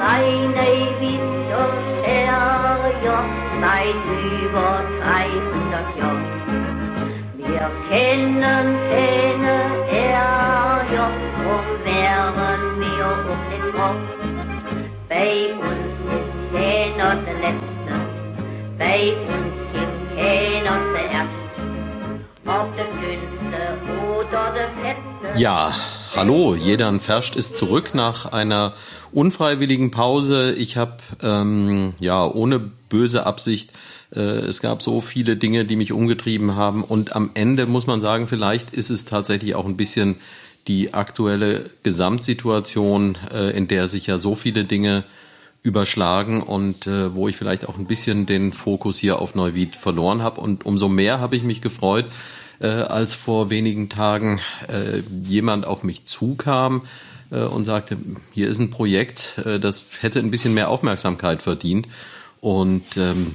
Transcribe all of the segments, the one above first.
Ukraine wieder her, ja, seit über 300 Jahren. Wir kennen keine Ärger, drum wären wir um den Front. Bei uns ist keiner der Letzte, bei uns gibt keiner zuerst, ob der Dünnste oder der Fetzte. Ja, hallo, Jedan Ferscht ist zurück nach einer unfreiwilligen Pause. Ich habe, ohne böse Absicht, es gab so viele Dinge, die mich umgetrieben haben und am Ende muss man sagen, vielleicht ist es tatsächlich auch ein bisschen die aktuelle Gesamtsituation, in der sich ja so viele Dinge überschlagen und wo ich vielleicht auch ein bisschen den Fokus hier auf Neuwied verloren habe. Und umso mehr habe ich mich gefreut, als vor wenigen Tagen jemand auf mich zukam und sagte, hier ist ein Projekt, das hätte ein bisschen mehr Aufmerksamkeit verdient. Und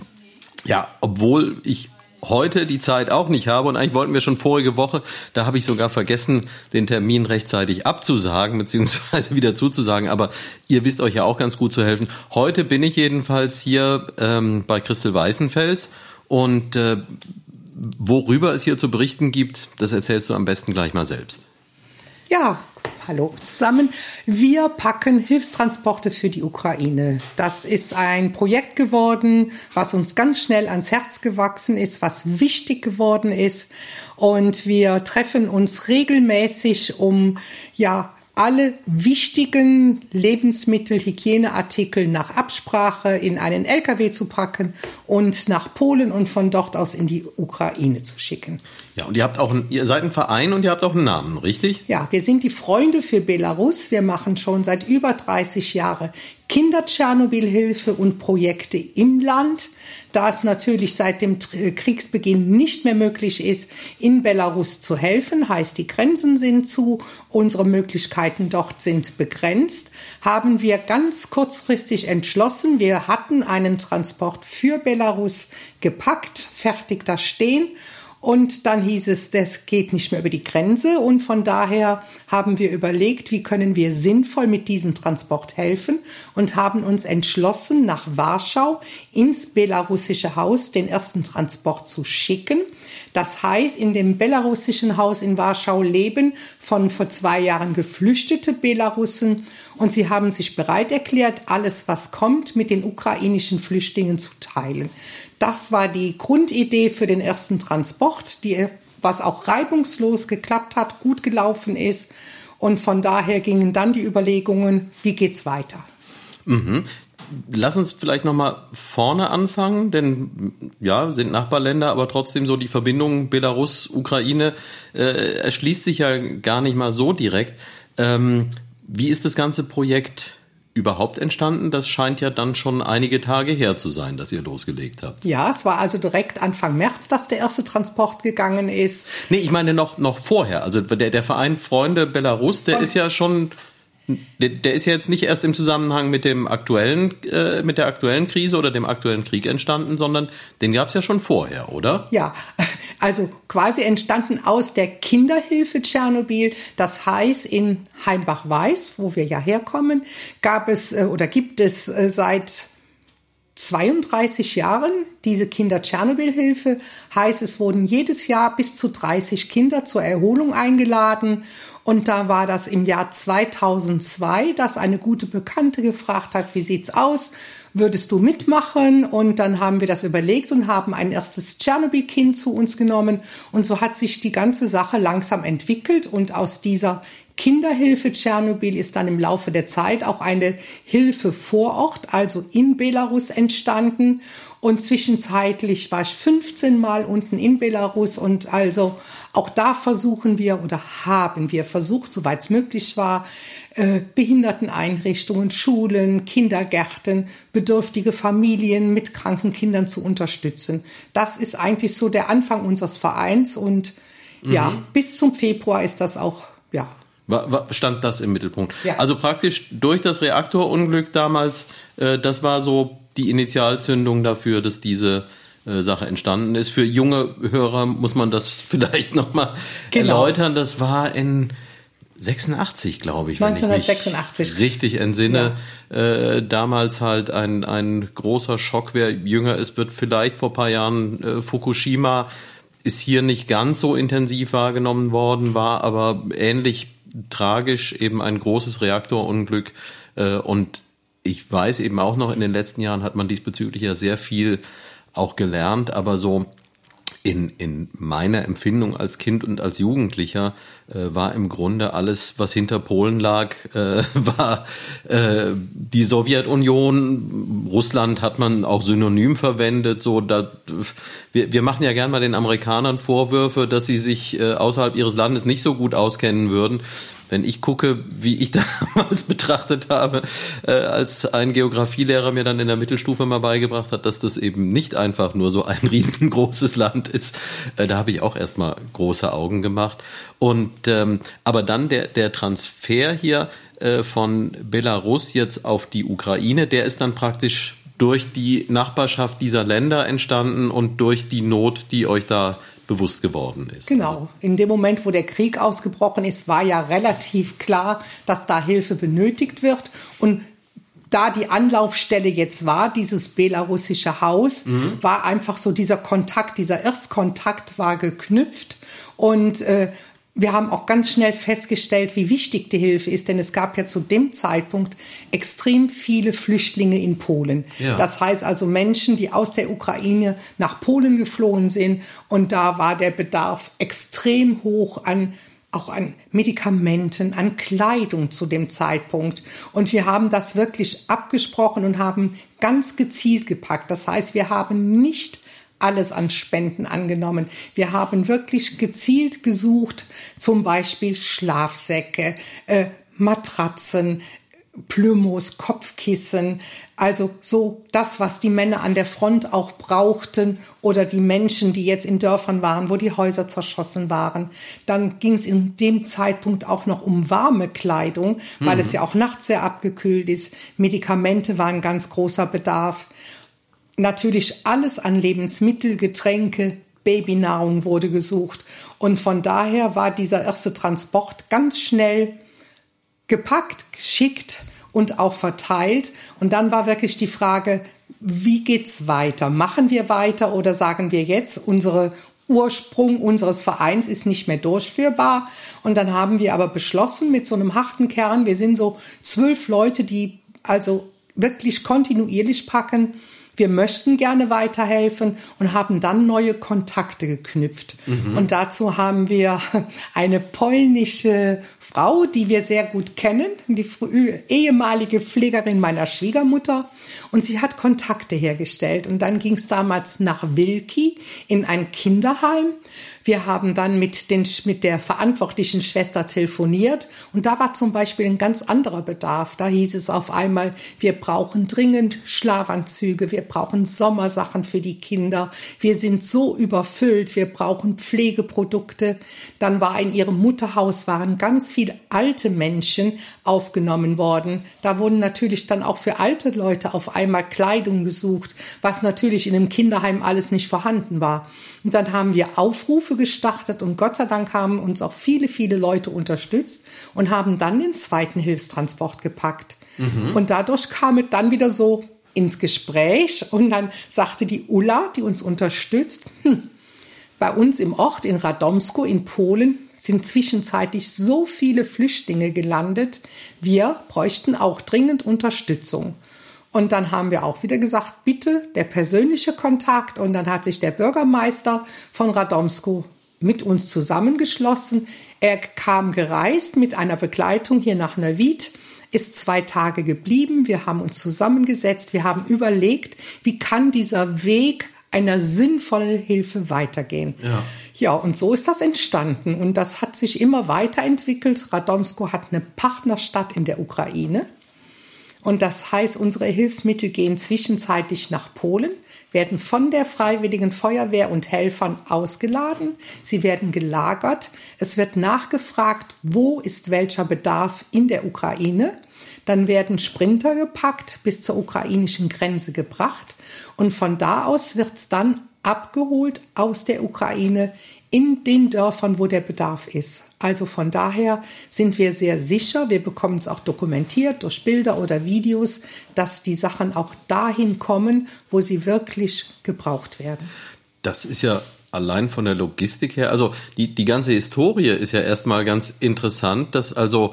obwohl ich heute die Zeit auch nicht habe und eigentlich wollten wir schon vorige Woche, da habe ich sogar vergessen, den Termin rechtzeitig abzusagen beziehungsweise wieder zuzusagen, aber ihr wisst euch ja auch ganz gut zu helfen. Heute bin ich jedenfalls hier bei Christel Weißenfels und worüber es hier zu berichten gibt, das erzählst du am besten gleich mal selbst. Ja, hallo zusammen. Wir packen Hilfstransporte für die Ukraine. Das ist ein Projekt geworden, was uns ganz schnell ans Herz gewachsen ist, was wichtig geworden ist. Und wir treffen uns regelmäßig, um alle wichtigen Lebensmittel, Hygieneartikel nach Absprache in einen LKW zu packen und nach Polen und von dort aus in die Ukraine zu schicken. Ja, und ihr seid ein Verein und ihr habt auch einen Namen, richtig? Ja, wir sind die Freunde für Belarus. Wir machen schon seit über 30 Jahren Kinder-Tschernobyl-Hilfe und Projekte im Land. Da es natürlich seit dem Kriegsbeginn nicht mehr möglich ist, in Belarus zu helfen, heißt die Grenzen sind zu, unsere Möglichkeiten dort sind begrenzt, haben wir ganz kurzfristig entschlossen, wir hatten einen Transport für Belarus gepackt, fertig da stehen. Und dann hieß es, das geht nicht mehr über die Grenze und von daher haben wir überlegt, wie können wir sinnvoll mit diesem Transport helfen und haben uns entschlossen, nach Warschau ins belarussische Haus den ersten Transport zu schicken. Das heißt, in dem belarussischen Haus in Warschau leben vor 2 Jahren geflüchtete Belarussen und sie haben sich bereit erklärt, alles, was kommt, mit den ukrainischen Flüchtlingen zu teilen. Das war die Grundidee für den ersten Transport, was auch reibungslos geklappt hat, gut gelaufen ist. Und von daher gingen dann die Überlegungen, wie geht's weiter? Mhm. Lass uns vielleicht nochmal vorne anfangen, denn sind Nachbarländer, aber trotzdem so die Verbindung Belarus-Ukraine erschließt sich ja gar nicht mal so direkt. Wie ist das ganze Projekt überhaupt entstanden? Das scheint ja dann schon einige Tage her zu sein, dass ihr losgelegt habt. Ja, es war also direkt Anfang März, dass der erste Transport gegangen ist. Nee, ich meine noch vorher. Also der Verein Freunde Belarus, der ist ja schon... Der ist ja jetzt nicht erst im Zusammenhang mit der aktuellen Krise oder dem aktuellen Krieg entstanden, sondern den gab es ja schon vorher, oder? Ja, also quasi entstanden aus der Kinderhilfe Tschernobyl. Das heißt, in Heimbach-Weiß, wo wir ja herkommen, gibt es seit 32 Jahren diese Kinder-Tschernobyl-Hilfe. Heißt, es wurden jedes Jahr bis zu 30 Kinder zur Erholung eingeladen. Und da war das im Jahr 2002, dass eine gute Bekannte gefragt hat, wie sieht's aus? Würdest du mitmachen? Und dann haben wir das überlegt und haben ein erstes Tschernobyl-Kind zu uns genommen. Und so hat sich die ganze Sache langsam entwickelt. Und aus dieser Kinderhilfe Tschernobyl ist dann im Laufe der Zeit auch eine Hilfe vor Ort, also in Belarus, entstanden. Und zwischenzeitlich war ich 15 Mal unten in Belarus und also auch da haben wir versucht, soweit es möglich war, Behinderteneinrichtungen, Schulen, Kindergärten, bedürftige Familien mit kranken Kindern zu unterstützen. Das ist eigentlich so der Anfang unseres Vereins und bis zum Februar ist das auch, stand das im Mittelpunkt. Ja. Also praktisch durch das Reaktorunglück damals, das war so die Initialzündung dafür, dass diese Sache entstanden ist. Für junge Hörer muss man das vielleicht nochmal erläutern. Das war 86, glaube ich, 1986. Wenn ich mich richtig entsinne. Ja. Damals halt ein großer Schock. Wer jünger ist, wird vielleicht vor ein paar Jahren Fukushima ist hier nicht ganz so intensiv wahrgenommen worden, war aber ähnlich tragisch, eben ein großes Reaktorunglück. Und ich weiß eben auch noch, in den letzten Jahren hat man diesbezüglich ja sehr viel auch gelernt, aber so in meiner Empfindung als Kind und als Jugendlicher war im Grunde alles, was hinter Polen lag, war die Sowjetunion. Russland hat man auch synonym verwendet. So, wir machen ja gern mal den Amerikanern Vorwürfe, dass sie sich außerhalb ihres Landes nicht so gut auskennen würden. Wenn ich gucke, wie ich damals betrachtet habe, als ein Geografielehrer mir dann in der Mittelstufe mal beigebracht hat, dass das eben nicht einfach nur so ein riesengroßes Land ist, da habe ich auch erstmal große Augen gemacht. Und aber dann der Transfer hier von Belarus jetzt auf die Ukraine, der ist dann praktisch durch die Nachbarschaft dieser Länder entstanden und durch die Not, die euch da bewusst geworden ist. Genau. In dem Moment, wo der Krieg ausgebrochen ist, war ja relativ klar, dass da Hilfe benötigt wird. Und da die Anlaufstelle jetzt war, dieses belarussische Haus, war einfach so dieser Kontakt, dieser Erstkontakt war geknüpft. Und wir haben auch ganz schnell festgestellt, wie wichtig die Hilfe ist, denn es gab ja zu dem Zeitpunkt extrem viele Flüchtlinge in Polen. Ja. Das heißt also Menschen, die aus der Ukraine nach Polen geflohen sind, und da war der Bedarf extrem hoch auch an Medikamenten, an Kleidung zu dem Zeitpunkt. Und wir haben das wirklich abgesprochen und haben ganz gezielt gepackt. Das heißt, wir haben nicht alles an Spenden angenommen. Wir haben wirklich gezielt gesucht, zum Beispiel Schlafsäcke, Matratzen, Plümos, Kopfkissen, also so das, was die Männer an der Front auch brauchten oder die Menschen, die jetzt in Dörfern waren, wo die Häuser zerschossen waren. Dann ging es in dem Zeitpunkt auch noch um warme Kleidung, weil es ja auch nachts sehr abgekühlt ist. Medikamente waren ein ganz großer Bedarf. Natürlich alles an Lebensmittel, Getränke, Babynahrung wurde gesucht. Und von daher war dieser erste Transport ganz schnell gepackt, geschickt und auch verteilt. Und dann war wirklich die Frage, wie geht's weiter? Machen wir weiter oder sagen wir jetzt, unser Ursprung unseres Vereins ist nicht mehr durchführbar? Und dann haben wir aber beschlossen mit so einem harten Kern, wir sind so 12 Leute, die also wirklich kontinuierlich packen, wir möchten gerne weiterhelfen und haben dann neue Kontakte geknüpft. Und dazu haben wir eine polnische Frau, die wir sehr gut kennen, die ehemalige Pflegerin meiner Schwiegermutter. Und sie hat Kontakte hergestellt. Und dann ging es damals nach Wilki in ein Kinderheim. Wir haben dann mit der verantwortlichen Schwester telefoniert und da war zum Beispiel ein ganz anderer Bedarf. Da hieß es auf einmal, wir brauchen dringend Schlafanzüge, wir brauchen Sommersachen für die Kinder, wir sind so überfüllt, wir brauchen Pflegeprodukte. Dann war in ihrem Mutterhaus waren ganz viele alte Menschen aufgenommen worden. Da wurden natürlich dann auch für alte Leute auf einmal Kleidung gesucht, was natürlich in einem Kinderheim alles nicht vorhanden war. Und dann haben wir Aufrufe gestartet und Gott sei Dank haben uns auch viele, viele Leute unterstützt und haben dann den zweiten Hilfstransport gepackt. Und dadurch kam es dann wieder so ins Gespräch und dann sagte die Ulla, die uns unterstützt, bei uns im Ort in Radomsko in Polen sind zwischenzeitlich so viele Flüchtlinge gelandet, wir bräuchten auch dringend Unterstützung. Und dann haben wir auch wieder gesagt, bitte der persönliche Kontakt. Und dann hat sich der Bürgermeister von Radomsko mit uns zusammengeschlossen. Er kam gereist mit einer Begleitung hier nach Neuwied, ist 2 Tage geblieben. Wir haben uns zusammengesetzt, wir haben überlegt, wie kann dieser Weg einer sinnvollen Hilfe weitergehen. Ja, und so ist das entstanden. Und das hat sich immer weiterentwickelt. Radomsko hat eine Partnerstadt in der Ukraine. Und das heißt, unsere Hilfsmittel gehen zwischenzeitlich nach Polen, werden von der Freiwilligen Feuerwehr und Helfern ausgeladen. Sie werden gelagert. Es wird nachgefragt, wo ist welcher Bedarf in der Ukraine. Dann werden Sprinter gepackt, bis zur ukrainischen Grenze gebracht. Und von da aus wird es dann abgeholt aus der Ukraine in den Dörfern, wo der Bedarf ist. Also von daher sind wir sehr sicher, wir bekommen es auch dokumentiert durch Bilder oder Videos, dass die Sachen auch dahin kommen, wo sie wirklich gebraucht werden. Das ist ja allein von der Logistik her, also die ganze Historie ist ja erstmal ganz interessant, dass also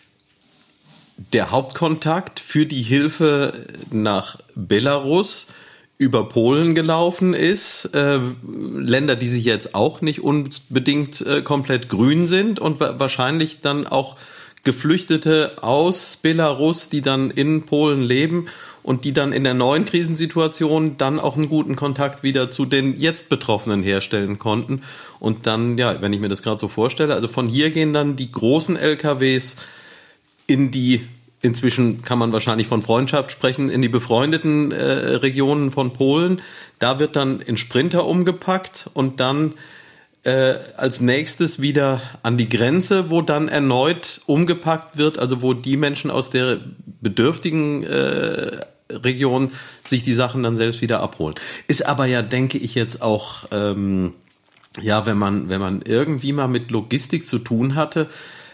der Hauptkontakt für die Hilfe nach Belarus über Polen gelaufen ist, Länder, die sich jetzt auch nicht unbedingt komplett grün sind und wahrscheinlich dann auch Geflüchtete aus Belarus, die dann in Polen leben und die dann in der neuen Krisensituation dann auch einen guten Kontakt wieder zu den jetzt Betroffenen herstellen konnten. Und dann, ja, wenn ich mir das gerade so vorstelle, also von hier gehen dann die großen LKWs in die, inzwischen kann man wahrscheinlich von Freundschaft sprechen, in die befreundeten Regionen von Polen. Da wird dann in Sprinter umgepackt und dann als nächstes wieder an die Grenze, wo dann erneut umgepackt wird, also wo die Menschen aus der bedürftigen Region sich die Sachen dann selbst wieder abholen. Ist aber ja, denke ich, jetzt auch, ja, wenn man irgendwie mal mit Logistik zu tun hatte,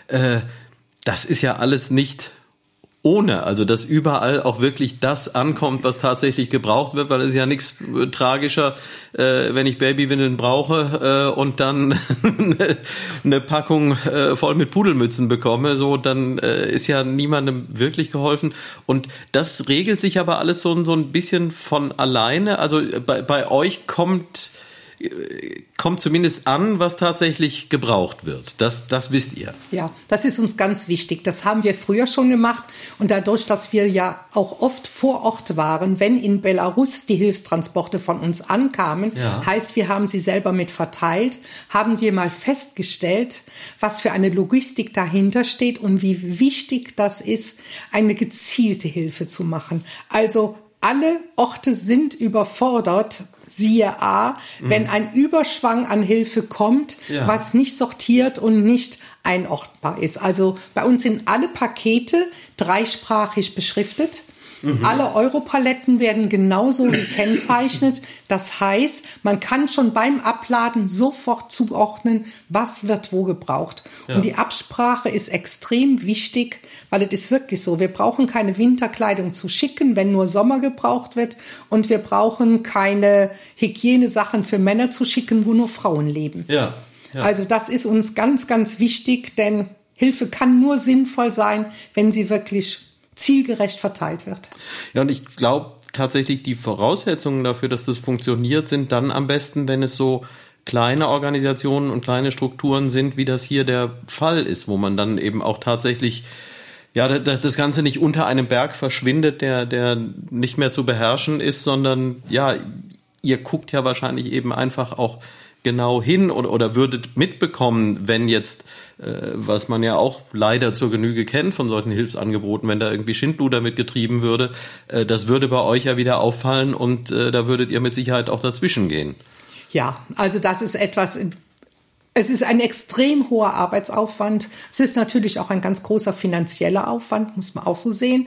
das ist ja alles nicht ohne, also dass überall auch wirklich das ankommt, was tatsächlich gebraucht wird, weil es ist ja nichts tragischer, wenn ich Babywindeln brauche und dann eine Packung voll mit Pudelmützen bekomme, so dann ist ja niemandem wirklich geholfen. Und das regelt sich aber alles so ein bisschen von alleine. Also bei euch kommt zumindest an, was tatsächlich gebraucht wird. Das wisst ihr. Ja, das ist uns ganz wichtig. Das haben wir früher schon gemacht. Und dadurch, dass wir ja auch oft vor Ort waren, wenn in Belarus die Hilfstransporte von uns ankamen, heißt, wir haben sie selber mit verteilt, haben wir mal festgestellt, was für eine Logistik dahinter steht und wie wichtig das ist, eine gezielte Hilfe zu machen. Also alle Orte sind überfordert, siehe A, wenn ein Überschwang an Hilfe kommt, was nicht sortiert und nicht einordnbar ist. Also bei uns sind alle Pakete dreisprachig beschriftet. Alle Europaletten werden genauso gekennzeichnet. Das heißt, man kann schon beim Abladen sofort zuordnen, was wird wo gebraucht. Ja. Und die Absprache ist extrem wichtig, weil es ist wirklich so, wir brauchen keine Winterkleidung zu schicken, wenn nur Sommer gebraucht wird. Und wir brauchen keine Hygienesachen für Männer zu schicken, wo nur Frauen leben. Ja. Ja. Also das ist uns ganz, ganz wichtig, denn Hilfe kann nur sinnvoll sein, wenn sie wirklich zielgerecht verteilt wird. Ja, und ich glaube tatsächlich, die Voraussetzungen dafür, dass das funktioniert, sind dann am besten, wenn es so kleine Organisationen und kleine Strukturen sind, wie das hier der Fall ist, wo man dann eben auch tatsächlich, ja, das Ganze nicht unter einem Berg verschwindet, der nicht mehr zu beherrschen ist, sondern, ja, ihr guckt ja wahrscheinlich eben einfach auch genau hin oder würdet mitbekommen, wenn jetzt, was man ja auch leider zur Genüge kennt von solchen Hilfsangeboten, wenn da irgendwie Schindluder mitgetrieben würde, das würde bei euch ja wieder auffallen und da würdet ihr mit Sicherheit auch dazwischen gehen. Ja, also das ist etwas, es ist ein extrem hoher Arbeitsaufwand. Es ist natürlich auch ein ganz großer finanzieller Aufwand, muss man auch so sehen.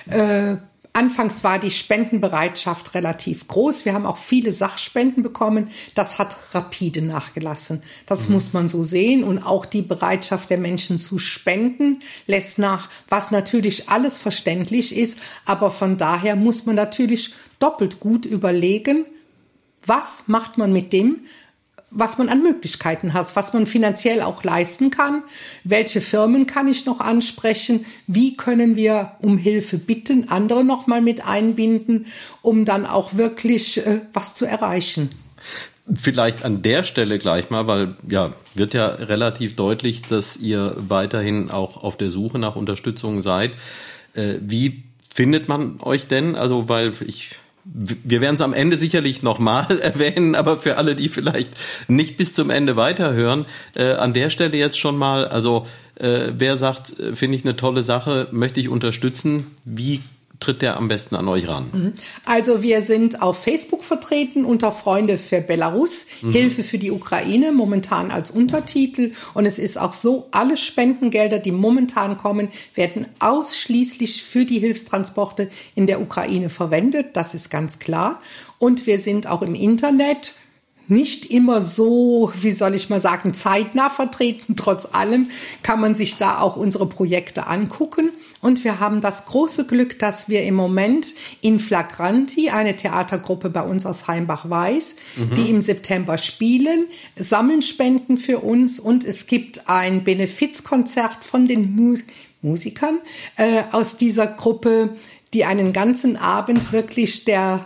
Anfangs war die Spendenbereitschaft relativ groß. Wir haben auch viele Sachspenden bekommen. Das hat rapide nachgelassen. Das muss man so sehen. Und auch die Bereitschaft der Menschen zu spenden lässt nach, was natürlich alles verständlich ist. Aber von daher muss man natürlich doppelt gut überlegen, was macht man mit dem, was man an Möglichkeiten hat, was man finanziell auch leisten kann, welche Firmen kann ich noch ansprechen, wie können wir um Hilfe bitten, andere noch mal mit einbinden, um dann auch wirklich was zu erreichen. Vielleicht an der Stelle gleich mal, weil ja, wird ja relativ deutlich, dass ihr weiterhin auch auf der Suche nach Unterstützung seid. Wie findet man euch denn? Also, weil wir werden es am Ende sicherlich nochmal erwähnen, aber für alle, die vielleicht nicht bis zum Ende weiterhören, an der Stelle jetzt schon mal, also wer sagt, finde ich eine tolle Sache, möchte ich unterstützen, wie tritt der am besten an euch ran? Also wir sind auf Facebook vertreten unter Freunde für Belarus, Hilfe für die Ukraine, momentan als Untertitel. Und es ist auch so, alle Spendengelder, die momentan kommen, werden ausschließlich für die Hilfstransporte in der Ukraine verwendet. Das ist ganz klar. Und wir sind auch im Internet, nicht immer so, wie soll ich mal sagen, zeitnah vertreten. Trotz allem kann man sich da auch unsere Projekte angucken. Und wir haben das große Glück, dass wir im Moment in Flagranti, eine Theatergruppe bei uns aus Heimbach-Weiß, die im September spielen, sammeln Spenden für uns. Und es gibt ein Benefizkonzert von den Musikern aus dieser Gruppe, die einen ganzen Abend wirklich der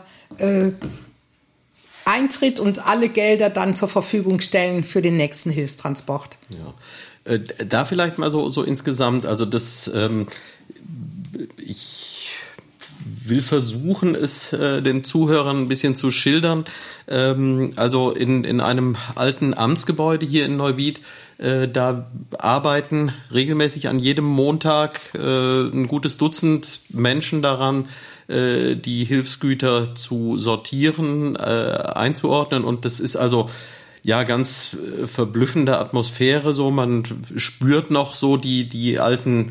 Eintritt und alle Gelder dann zur Verfügung stellen für den nächsten Hilfstransport. Ja. Da vielleicht mal so insgesamt, also das, ich will versuchen, es den Zuhörern ein bisschen zu schildern. Also in einem alten Amtsgebäude hier in Neuwied, da arbeiten regelmäßig an jedem Montag ein gutes Dutzend Menschen daran, die Hilfsgüter zu sortieren, einzuordnen. Und das ist also ja ganz verblüffende Atmosphäre. So, man spürt noch so die alten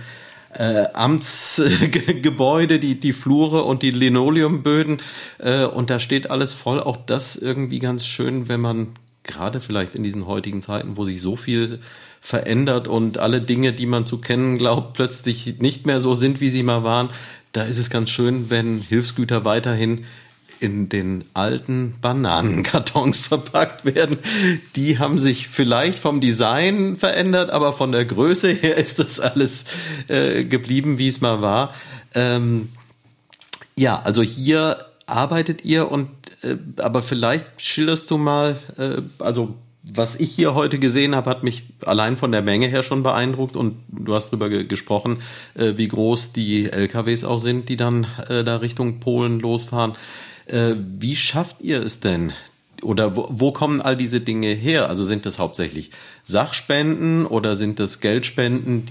Amtsgebäude, die Flure und die Linoleumböden. Und da steht alles voll. Auch das irgendwie ganz schön, wenn man gerade vielleicht in diesen heutigen Zeiten, wo sich so viel verändert und alle Dinge, die man zu kennen glaubt, plötzlich nicht mehr so sind, wie sie mal waren. Da ist es ganz schön, wenn Hilfsgüter weiterhin in den alten Bananenkartons verpackt werden. Die haben sich vielleicht vom Design verändert, aber von der Größe her ist das alles geblieben, wie es mal war. Ja, also hier arbeitet ihr und aber vielleicht schilderst du mal, also was ich hier heute gesehen habe, hat mich allein von der Menge her schon beeindruckt und du hast darüber gesprochen, wie groß die LKWs auch sind, die dann da Richtung Polen losfahren. Wie schafft ihr es denn? Oder wo kommen all diese Dinge her? Also sind das hauptsächlich Sachspenden oder sind das Geldspenden,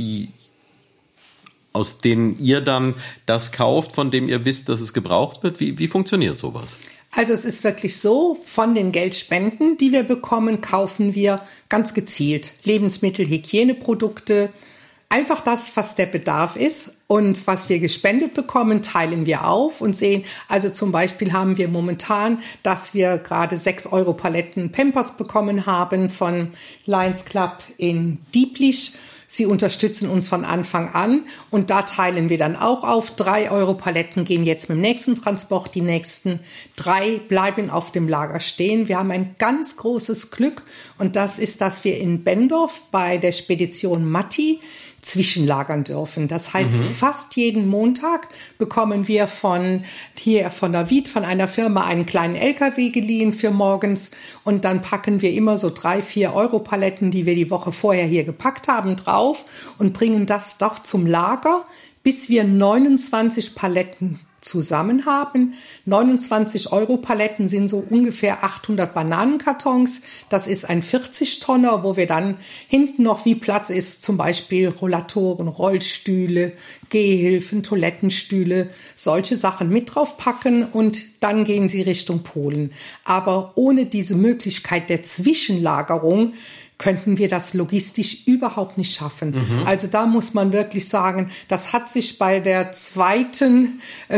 aus denen ihr dann das kauft, von dem ihr wisst, dass es gebraucht wird? Wie funktioniert sowas? Also es ist wirklich so, von den Geldspenden, die wir bekommen, kaufen wir ganz gezielt Lebensmittel, Hygieneprodukte, einfach das, was der Bedarf ist. Und was wir gespendet bekommen, teilen wir auf und sehen, also zum Beispiel haben wir momentan, dass wir gerade 6 € Paletten Pampers bekommen haben von Lions Club in Dieblich. Sie unterstützen uns von Anfang an und da teilen wir dann auch auf. 3 € Paletten gehen jetzt mit dem nächsten Transport, die nächsten 3 bleiben auf dem Lager stehen. Wir haben ein ganz großes Glück und das ist, dass wir in Bendorf bei der Spedition Matti zwischenlagern dürfen. Das heißt, fast jeden Montag bekommen wir von Neuwied, von einer Firma, einen kleinen LKW geliehen für morgens und dann packen wir immer so 3-4 € Paletten, die wir die Woche vorher hier gepackt haben, drauf und bringen das doch zum Lager, bis wir 29 Paletten zusammen haben. 29 € Paletten sind so ungefähr 800 Bananenkartons. Das ist ein 40-Tonner, wo wir dann hinten noch, wie Platz ist, zum Beispiel Rollatoren, Rollstühle, Gehhilfen, Toilettenstühle, solche Sachen mit drauf packen und dann gehen sie Richtung Polen. Aber ohne diese Möglichkeit der Zwischenlagerung könnten wir das logistisch überhaupt nicht schaffen. Also da muss man wirklich sagen, das hat sich bei dem zweiten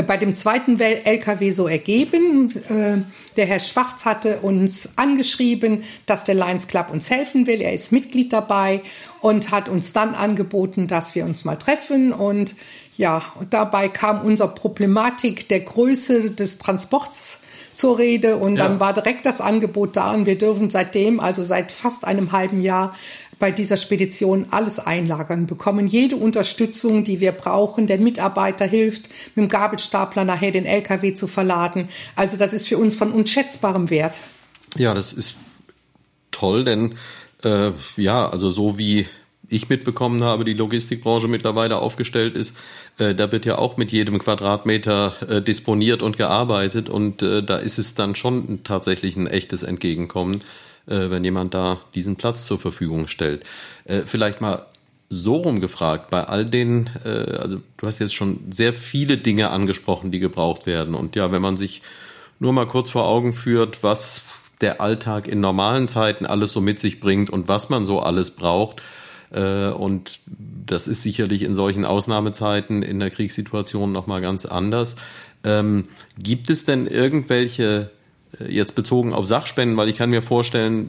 LKW so ergeben. Der Herr Schwarz hatte uns angeschrieben, dass der Lions Club uns helfen will. Er ist Mitglied dabei und hat uns dann angeboten, dass wir uns mal treffen. Und ja, und dabei kam unsere Problematik der Größe des Transports zur Rede und dann war direkt das Angebot da und wir dürfen seitdem, also seit fast einem halben Jahr, bei dieser Spedition alles einlagern, bekommen jede Unterstützung, die wir brauchen. Der Mitarbeiter hilft, mit dem Gabelstapler nachher den LKW zu verladen. Also das ist für uns von unschätzbarem Wert. Ja, das ist toll, denn also so wie ich mitbekommen habe, die Logistikbranche mittlerweile aufgestellt ist, da wird ja auch mit jedem Quadratmeter disponiert und gearbeitet und da ist es dann schon tatsächlich ein echtes Entgegenkommen, wenn jemand da diesen Platz zur Verfügung stellt. Vielleicht mal so rum gefragt, bei all den, also du hast jetzt schon sehr viele Dinge angesprochen, die gebraucht werden und ja, wenn man sich nur mal kurz vor Augen führt, was der Alltag in normalen Zeiten alles so mit sich bringt und was man so alles braucht, und das ist sicherlich in solchen Ausnahmezeiten in der Kriegssituation nochmal ganz anders. Gibt es denn irgendwelche jetzt bezogen auf Sachspenden, weil ich kann mir vorstellen,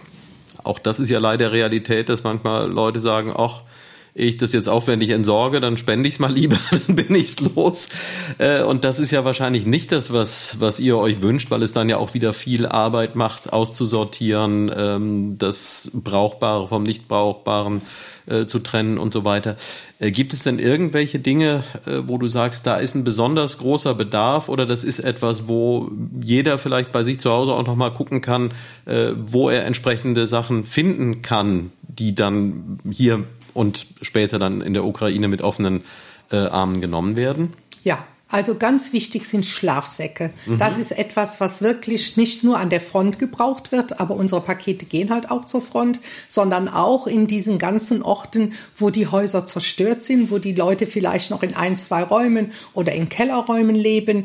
auch das ist ja leider Realität, dass manchmal Leute sagen, ach, ich das jetzt aufwendig entsorge, dann spende ich es mal lieber, dann bin ich's los. Und das ist ja wahrscheinlich nicht das, was ihr euch wünscht, weil es dann ja auch wieder viel Arbeit macht, auszusortieren, das Brauchbare vom Nicht-Brauchbaren zu trennen und so weiter. Gibt es denn irgendwelche Dinge, wo du sagst, da ist ein besonders großer Bedarf oder das ist etwas, wo jeder vielleicht bei sich zu Hause auch nochmal gucken kann, wo er entsprechende Sachen finden kann, die dann hier und später dann in der Ukraine mit offenen Armen genommen werden? Ja, also ganz wichtig sind Schlafsäcke. Das ist etwas, was wirklich nicht nur an der Front gebraucht wird, aber unsere Pakete gehen halt auch zur Front, sondern auch in diesen ganzen Orten, wo die Häuser zerstört sind, wo die Leute vielleicht noch in 1, 2 Räumen oder in Kellerräumen leben.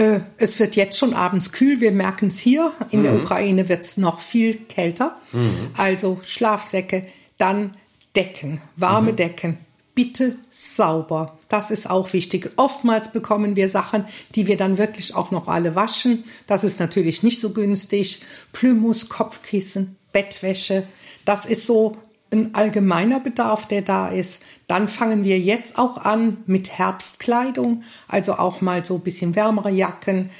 Es wird jetzt schon abends kühl, wir merken es hier. In der Ukraine wird es noch viel kälter. Also Schlafsäcke, dann Decken, warme Decken, bitte sauber. Das ist auch wichtig. Oftmals bekommen wir Sachen, die wir dann wirklich auch noch alle waschen. Das ist natürlich nicht so günstig. Plümus, Kopfkissen, Bettwäsche. Das ist so ein allgemeiner Bedarf, der da ist. Dann fangen wir jetzt auch an mit Herbstkleidung, also auch mal so ein bisschen wärmere Jacken.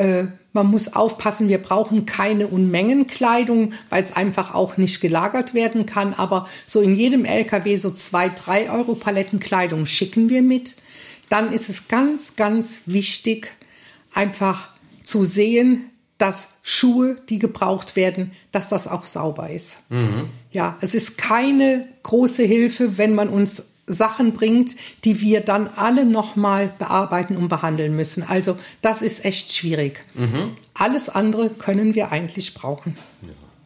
Man muss aufpassen, wir brauchen keine Unmengenkleidung, weil es einfach auch nicht gelagert werden kann. Aber so in jedem LKW so 2-3 Euro Paletten Kleidung schicken wir mit. Dann ist es ganz, ganz wichtig, einfach zu sehen, dass Schuhe, die gebraucht werden, dass das auch sauber ist. Ja, es ist keine große Hilfe, wenn man uns Sachen bringt, die wir dann alle nochmal bearbeiten und behandeln müssen. Also das ist echt schwierig. Alles andere können wir eigentlich brauchen. Ja.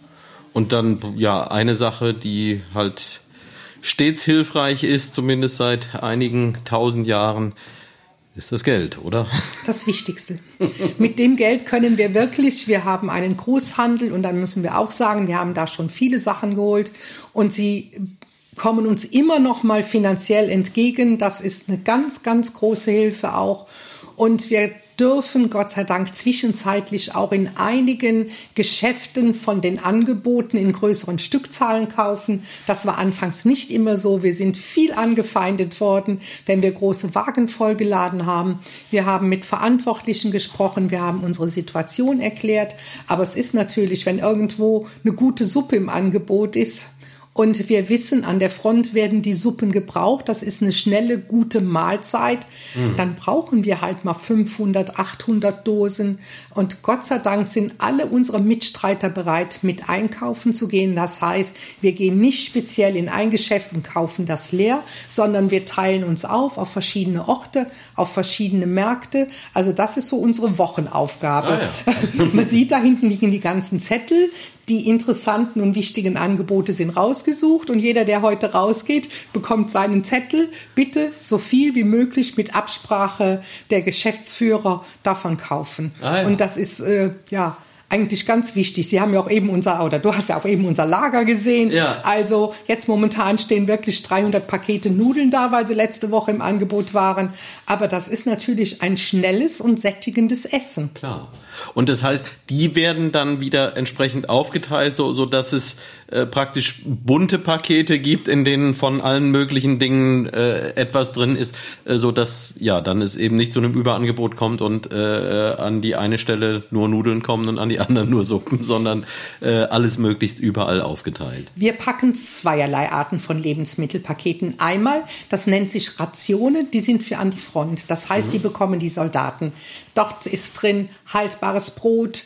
Und dann ja eine Sache, die halt stets hilfreich ist, zumindest seit einigen 1000 Jahren, ist das Geld, oder? Das Wichtigste. Mit dem Geld können wir wirklich, wir haben einen Großhandel und dann müssen wir auch sagen, wir haben da schon viele Sachen geholt und sie kommen uns immer noch mal finanziell entgegen. Das ist eine ganz, ganz große Hilfe auch. Und wir dürfen Gott sei Dank zwischenzeitlich auch in einigen Geschäften von den Angeboten in größeren Stückzahlen kaufen. Das war anfangs nicht immer so. Wir sind viel angefeindet worden, wenn wir große Wagen vollgeladen haben. Wir haben mit Verantwortlichen gesprochen, wir haben unsere Situation erklärt. Aber es ist natürlich, wenn irgendwo eine gute Suppe im Angebot ist, und wir wissen, an der Front werden die Suppen gebraucht. Das ist eine schnelle, gute Mahlzeit. Dann brauchen wir halt mal 500, 800 Dosen. Und Gott sei Dank sind alle unsere Mitstreiter bereit, mit einkaufen zu gehen. Das heißt, wir gehen nicht speziell in ein Geschäft und kaufen das leer, sondern wir teilen uns auf verschiedene Orte, auf verschiedene Märkte. Also das ist so unsere Wochenaufgabe. Man sieht, da hinten liegen die ganzen Zettel. Die interessanten und wichtigen Angebote sind rausgesucht und jeder, der heute rausgeht, bekommt seinen Zettel. Bitte so viel wie möglich mit Absprache der Geschäftsführer davon kaufen. Und das ist eigentlich ganz wichtig. Sie haben ja auch eben du hast ja auch eben unser Lager gesehen. Ja. Also jetzt momentan stehen wirklich 300 Pakete Nudeln da, weil sie letzte Woche im Angebot waren. Aber das ist natürlich ein schnelles und sättigendes Essen. Klar. Und das heißt, die werden dann wieder entsprechend aufgeteilt, so dass es praktisch bunte Pakete gibt, in denen von allen möglichen Dingen etwas drin ist, so dass ja dann es eben nicht zu einem Überangebot kommt und an die eine Stelle nur Nudeln kommen und an die anderen nur Suppen, sondern alles möglichst überall aufgeteilt. Wir packen zweierlei Arten von Lebensmittelpaketen. Einmal, das nennt sich Rationen, die sind für an die Front. Das heißt, die bekommen die Soldaten. Dort ist drin haltbares Brot,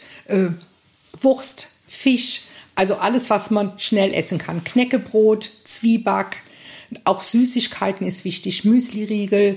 Wurst, Fisch, also alles, was man schnell essen kann. Knäckebrot, Zwieback, auch Süßigkeiten ist wichtig, Müsliriegel,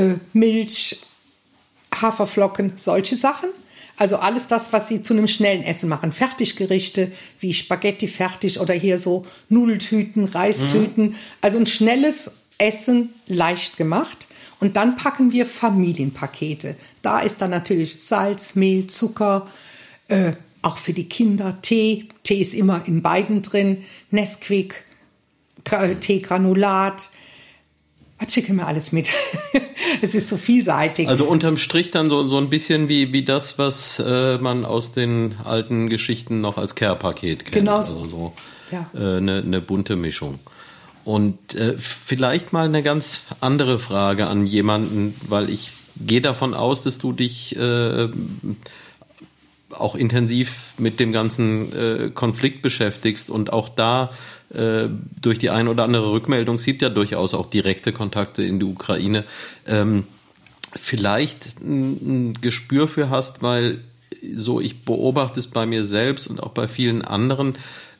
Milch, Haferflocken, solche Sachen. Also alles das, was sie zu einem schnellen Essen machen. Fertiggerichte wie Spaghetti fertig oder hier so Nudeltüten, Reistüten. Also ein schnelles Essen, leicht gemacht. Und dann packen wir Familienpakete. Da ist dann natürlich Salz, Mehl, Zucker, auch für die Kinder Tee. Tee ist immer in beiden drin. Nesquik, Teegranulat, Was schicke mir alles mit? Es ist so vielseitig. Also unterm Strich dann so ein bisschen wie das, was man aus den alten Geschichten noch als Care-Paket kennt. Genau so. Also so ja. Eine bunte Mischung. Und vielleicht mal eine ganz andere Frage an jemanden, weil ich gehe davon aus, dass du dich auch intensiv mit dem ganzen Konflikt beschäftigst und auch da durch die eine oder andere Rückmeldung sieht ja durchaus auch direkte Kontakte in die Ukraine. Vielleicht ein Gespür für hast, weil so ich beobachte es bei mir selbst und auch bei vielen anderen.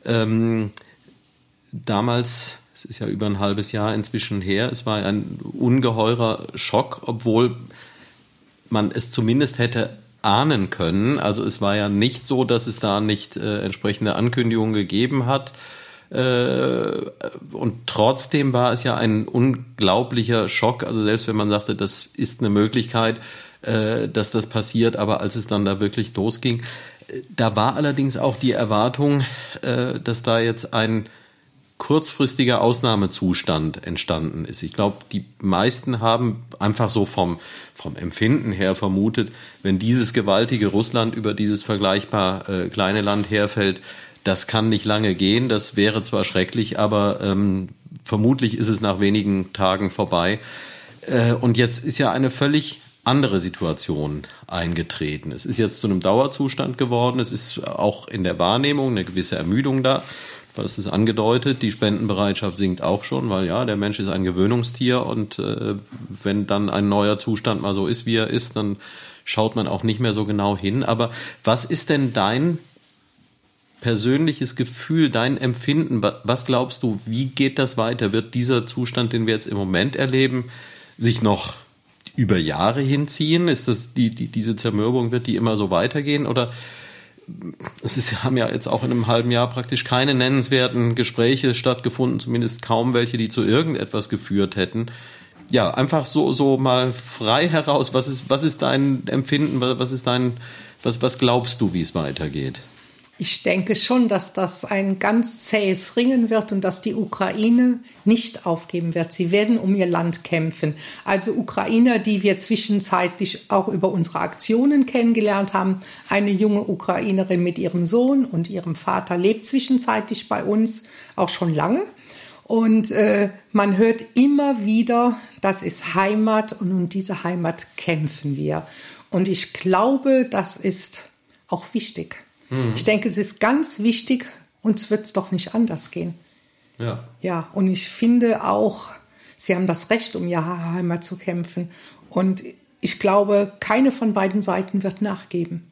Damals, es ist ja über ein halbes Jahr inzwischen her, es war ein ungeheurer Schock, obwohl man es zumindest hätte ahnen können. Also es war ja nicht so, dass es da nicht entsprechende Ankündigungen gegeben hat. Und trotzdem war es ja ein unglaublicher Schock. Also selbst wenn man sagte, das ist eine Möglichkeit, dass das passiert, aber als es dann da wirklich losging, da war allerdings auch die Erwartung, dass da jetzt ein kurzfristiger Ausnahmezustand entstanden ist. Ich glaube, die meisten haben einfach so vom Empfinden her vermutet, wenn dieses gewaltige Russland über dieses vergleichbar kleine Land herfällt, das kann nicht lange gehen. Das wäre zwar schrecklich, aber vermutlich ist es nach wenigen Tagen vorbei. Und jetzt ist ja eine völlig andere Situation eingetreten. Es ist jetzt zu einem Dauerzustand geworden. Es ist auch in der Wahrnehmung eine gewisse Ermüdung da. Das ist angedeutet, die Spendenbereitschaft sinkt auch schon, weil ja, der Mensch ist ein Gewöhnungstier und wenn dann ein neuer Zustand mal so ist, wie er ist, dann schaut man auch nicht mehr so genau hin. Aber was ist denn dein persönliches Gefühl, dein Empfinden? Was glaubst du, wie geht das weiter? Wird dieser Zustand, den wir jetzt im Moment erleben, sich noch über Jahre hinziehen? Ist das diese Zermürbung, wird die immer so weitergehen? Oder haben ja jetzt auch in einem halben Jahr praktisch keine nennenswerten Gespräche stattgefunden, zumindest kaum welche, die zu irgendetwas geführt hätten. Ja, einfach so mal frei heraus. Was ist dein Empfinden? Was glaubst du, wie es weitergeht? Ich denke schon, dass das ein ganz zähes Ringen wird und dass die Ukraine nicht aufgeben wird. Sie werden um ihr Land kämpfen. Also Ukrainer, die wir zwischenzeitlich auch über unsere Aktionen kennengelernt haben. Eine junge Ukrainerin mit ihrem Sohn und ihrem Vater lebt zwischenzeitlich bei uns, auch schon lange. Und man hört immer wieder, das ist Heimat und um diese Heimat kämpfen wir. Und ich glaube, das ist auch wichtig. Ich denke, es ist ganz wichtig, uns wird es doch nicht anders gehen. Ja. Ja, und ich finde auch, sie haben das Recht, um ihre Heimat zu kämpfen. Und ich glaube, keine von beiden Seiten wird nachgeben.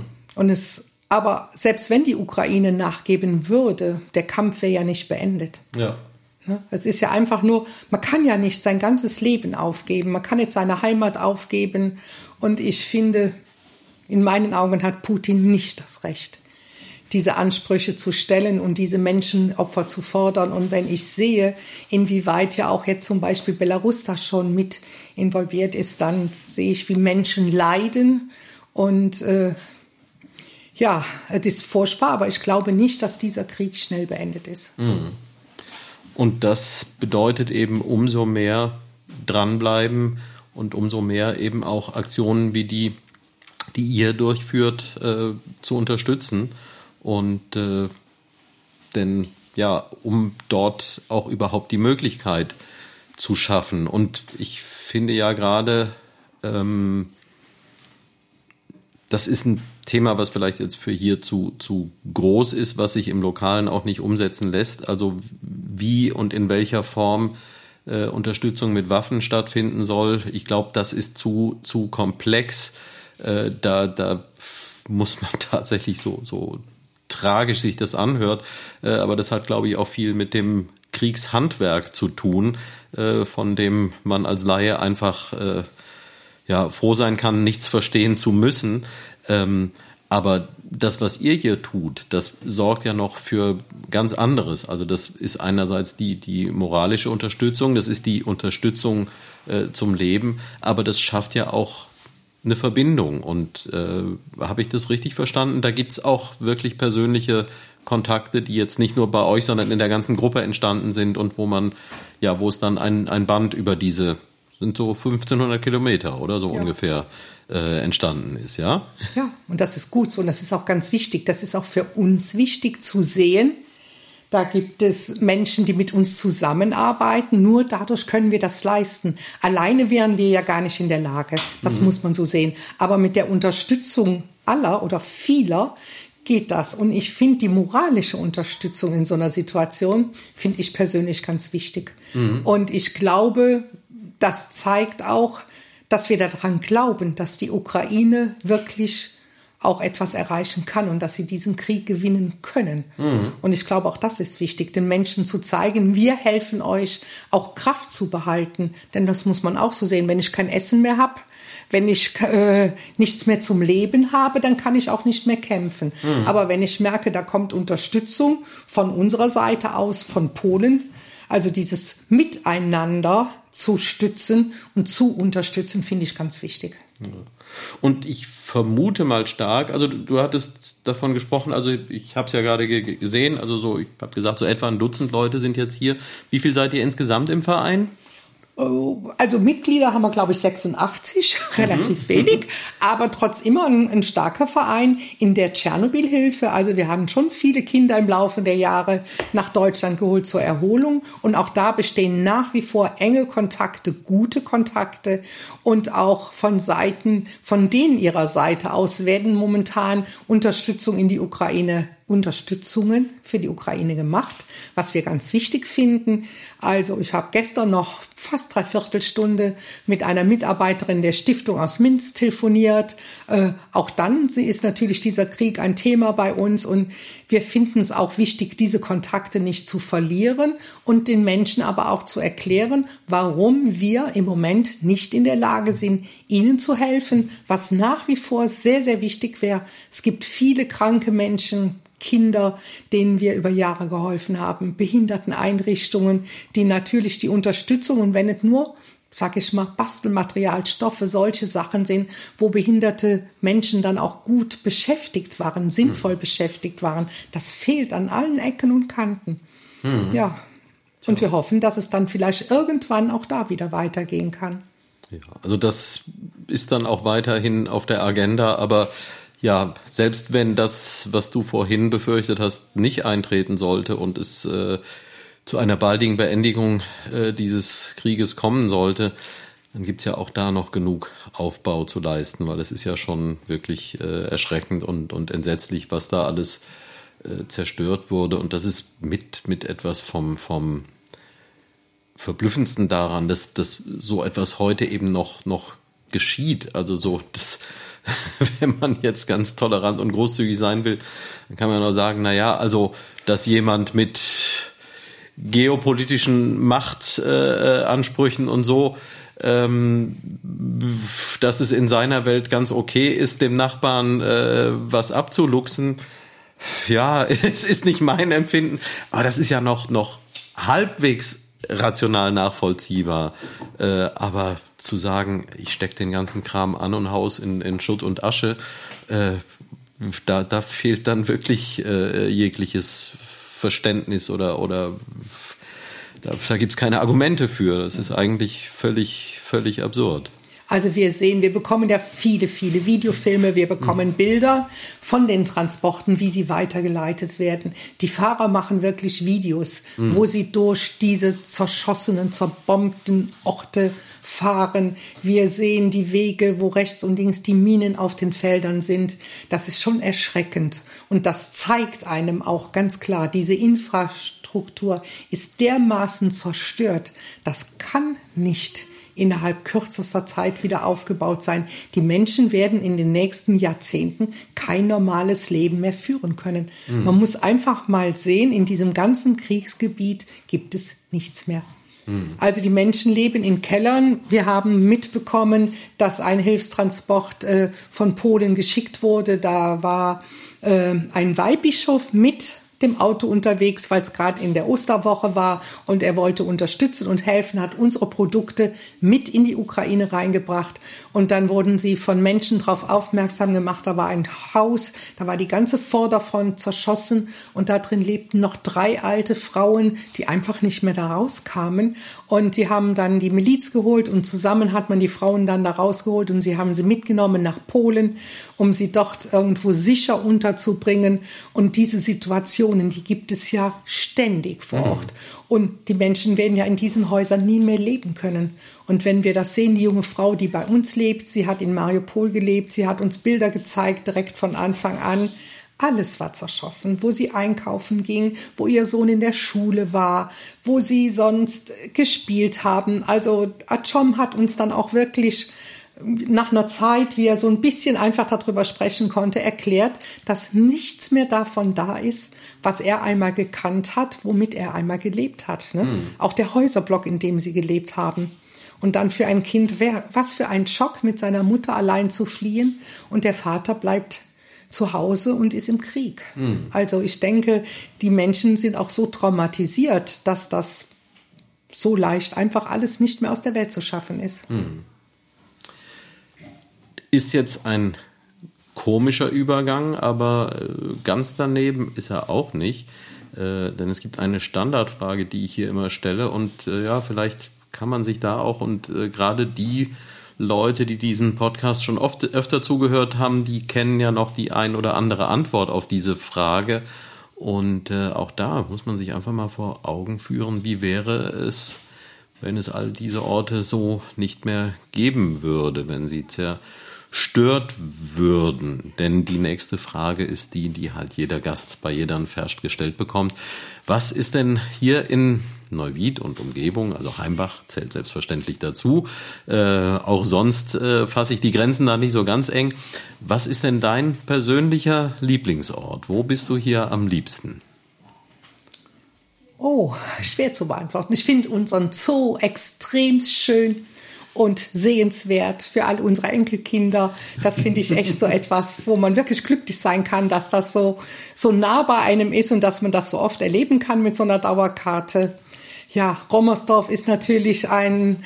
Aber selbst wenn die Ukraine nachgeben würde, der Kampf wäre ja nicht beendet. Ja. Es ist ja einfach nur, man kann ja nicht sein ganzes Leben aufgeben. Man kann nicht seine Heimat aufgeben. Und ich finde, in meinen Augen hat Putin nicht das Recht, diese Ansprüche zu stellen und diese Menschenopfer zu fordern. Und wenn ich sehe, inwieweit ja auch jetzt zum Beispiel Belarus da schon mit involviert ist, dann sehe ich, wie Menschen leiden. Und ja, es ist furchtbar, aber ich glaube nicht, dass dieser Krieg schnell beendet ist. Und das bedeutet eben umso mehr dranbleiben und umso mehr eben auch Aktionen wie die ihr durchführt, zu unterstützen. Und denn ja, um dort auch überhaupt die Möglichkeit zu schaffen. Und ich finde ja gerade, das ist ein Thema, was vielleicht jetzt für hier zu groß ist, was sich im Lokalen auch nicht umsetzen lässt. Also wie und in welcher Form Unterstützung mit Waffen stattfinden soll. Ich glaube, das ist zu komplex. Da muss man tatsächlich so tragisch sich das anhört, aber das hat, glaube ich, auch viel mit dem Kriegshandwerk zu tun, von dem man als Laie einfach froh sein kann, nichts verstehen zu müssen. Aber das, was ihr hier tut, das sorgt ja noch für ganz anderes. Also das ist einerseits die moralische Unterstützung, das ist die Unterstützung zum Leben, aber das schafft ja auch eine Verbindung. Und habe ich das richtig verstanden? Da gibt's auch wirklich persönliche Kontakte, die jetzt nicht nur bei euch, sondern in der ganzen Gruppe entstanden sind und wo es dann ein Band über diese, sind so 1500 Kilometer oder so ungefähr entstanden ist, ja? Ja, und das ist gut so und das ist auch ganz wichtig. Das ist auch für uns wichtig zu sehen. Da gibt es Menschen, die mit uns zusammenarbeiten. Nur dadurch können wir das leisten. Alleine wären wir ja gar nicht in der Lage. Das muss man so sehen. Aber mit der Unterstützung aller oder vieler geht das. Und ich finde die moralische Unterstützung in so einer Situation, finde ich persönlich ganz wichtig. Und ich glaube, das zeigt auch, dass wir daran glauben, dass die Ukraine wirklich auch etwas erreichen kann und dass sie diesen Krieg gewinnen können. Und ich glaube, auch das ist wichtig, den Menschen zu zeigen, wir helfen euch, auch Kraft zu behalten. Denn das muss man auch so sehen, wenn ich kein Essen mehr habe, wenn ich nichts mehr zum Leben habe, dann kann ich auch nicht mehr kämpfen. Aber wenn ich merke, da kommt Unterstützung von unserer Seite aus, von Polen, also dieses Miteinander zu stützen und zu unterstützen, finde ich ganz wichtig. Und ich vermute mal stark, also du hattest davon gesprochen, also ich habe es ja gerade gesehen, also so, ich habe gesagt, so etwa ein Dutzend Leute sind jetzt hier. Wie viel seid ihr insgesamt im Verein? Also Mitglieder haben wir, glaube ich, 86, relativ wenig, aber trotz immer ein starker Verein in der Tschernobyl-Hilfe. Also wir haben schon viele Kinder im Laufe der Jahre nach Deutschland geholt zur Erholung und auch da bestehen nach wie vor enge Kontakte, gute Kontakte und auch von denen ihrer Seite aus werden momentan Unterstützungen für die Ukraine gemacht, was wir ganz wichtig finden. Also ich habe gestern noch fast 3/4 Stunde mit einer Mitarbeiterin der Stiftung aus Minsk telefoniert. Auch dann ist natürlich dieser Krieg ein Thema bei uns und wir finden es auch wichtig, diese Kontakte nicht zu verlieren und den Menschen aber auch zu erklären, warum wir im Moment nicht in der Lage sind, ihnen zu helfen, was nach wie vor sehr, sehr wichtig wäre. Es gibt viele kranke Menschen, Kinder, denen wir über Jahre geholfen haben, Behinderteneinrichtungen, die natürlich die Unterstützung und wenn es nur, sag ich mal, Bastelmaterial, Stoffe, solche Sachen sind, wo behinderte Menschen dann auch gut beschäftigt waren, sinnvoll beschäftigt waren, das fehlt an allen Ecken und Kanten. Ja, und wir hoffen, dass es dann vielleicht irgendwann auch da wieder weitergehen kann. Ja, also das ist dann auch weiterhin auf der Agenda, aber ja, selbst wenn das, was du vorhin befürchtet hast, nicht eintreten sollte und es zu einer baldigen Beendigung dieses Krieges kommen sollte, dann gibt's ja auch da noch genug Aufbau zu leisten, weil es ist ja schon wirklich erschreckend und entsetzlich, was da alles zerstört wurde. Und das ist mit etwas vom Verblüffendsten daran, dass so etwas heute eben noch geschieht. Also so, das, wenn man jetzt ganz tolerant und großzügig sein will, dann kann man nur sagen, also, dass jemand mit geopolitischen Machtansprüchen und so, dass es in seiner Welt ganz okay ist, dem Nachbarn was abzuluxen. Ja, es ist nicht mein Empfinden, aber das ist ja noch halbwegs rational nachvollziehbar. Aber zu sagen, ich stecke den ganzen Kram an und Haus in Schutt und Asche, da fehlt dann wirklich jegliches Verständnis oder da gibt's keine Argumente für. Das ist eigentlich völlig absurd. Also wir bekommen ja viele, viele Videofilme, wir bekommen Bilder von den Transporten, wie sie weitergeleitet werden. Die Fahrer machen wirklich Videos, wo sie durch diese zerschossenen, zerbombten Orte fahren. Wir sehen die Wege, wo rechts und links die Minen auf den Feldern sind. Das ist schon erschreckend. Und das zeigt einem auch ganz klar, diese Infrastruktur ist dermaßen zerstört. Das kann nicht innerhalb kürzester Zeit wieder aufgebaut sein. Die Menschen werden in den nächsten Jahrzehnten kein normales Leben mehr führen können. Man muss einfach mal sehen, in diesem ganzen Kriegsgebiet gibt es nichts mehr. Also die Menschen leben in Kellern. Wir haben mitbekommen, dass ein Hilfstransport von Polen geschickt wurde. Da war ein Weihbischof mit dem Auto unterwegs, weil es gerade in der Osterwoche war und er wollte unterstützen und helfen, hat unsere Produkte mit in die Ukraine reingebracht. Und dann wurden sie von Menschen darauf aufmerksam gemacht. Da war ein Haus, da war die ganze Vorderfront zerschossen und da drin lebten noch 3 alte Frauen, die einfach nicht mehr da rauskamen. Und die haben dann die Miliz geholt und zusammen hat man die Frauen dann da rausgeholt und sie haben sie mitgenommen nach Polen, um sie dort irgendwo sicher unterzubringen. Und diese Situation, die gibt es ja ständig vor Ort. Und die Menschen werden ja in diesen Häusern nie mehr leben können. Und wenn wir das sehen, die junge Frau, die bei uns lebt, sie hat in Mariupol gelebt, sie hat uns Bilder gezeigt, direkt von Anfang an. Alles war zerschossen, wo sie einkaufen ging, wo ihr Sohn in der Schule war, wo sie sonst gespielt haben. Also Artyom hat uns dann auch wirklich nach einer Zeit, wie er so ein bisschen einfach darüber sprechen konnte, erklärt, dass nichts mehr davon da ist, was er einmal gekannt hat, womit er einmal gelebt hat. Ne? Auch der Häuserblock, in dem sie gelebt haben. Und dann für ein Kind, was für ein Schock, mit seiner Mutter allein zu fliehen. Und der Vater bleibt zu Hause und ist im Krieg. Also ich denke, die Menschen sind auch so traumatisiert, dass das so leicht einfach alles nicht mehr aus der Welt zu schaffen ist. Ist jetzt ein komischer Übergang, aber ganz daneben ist er auch nicht. Denn es gibt eine Standardfrage, die ich hier immer stelle. Und ja, vielleicht kann man sich da auch, und gerade die Leute, die diesen Podcast schon öfter zugehört haben, die kennen ja noch die ein oder andere Antwort auf diese Frage. Und auch da muss man sich einfach mal vor Augen führen, wie wäre es, wenn es all diese Orte so nicht mehr geben würde, wenn sie zerstört würden. Denn die nächste Frage ist die halt jeder Gast bei jeder Ferscht gestellt bekommt. Was ist denn hier in Neuwied und Umgebung, also Heimbach zählt selbstverständlich dazu, auch sonst fasse ich die Grenzen da nicht so ganz eng. Was ist denn dein persönlicher Lieblingsort? Wo bist du hier am liebsten? Oh, schwer zu beantworten. Ich finde unseren Zoo extrem schön und sehenswert für all unsere Enkelkinder. Das finde ich echt so etwas, wo man wirklich glücklich sein kann, dass das so nah bei einem ist und dass man das so oft erleben kann mit so einer Dauerkarte. Ja, Rommersdorf ist natürlich ein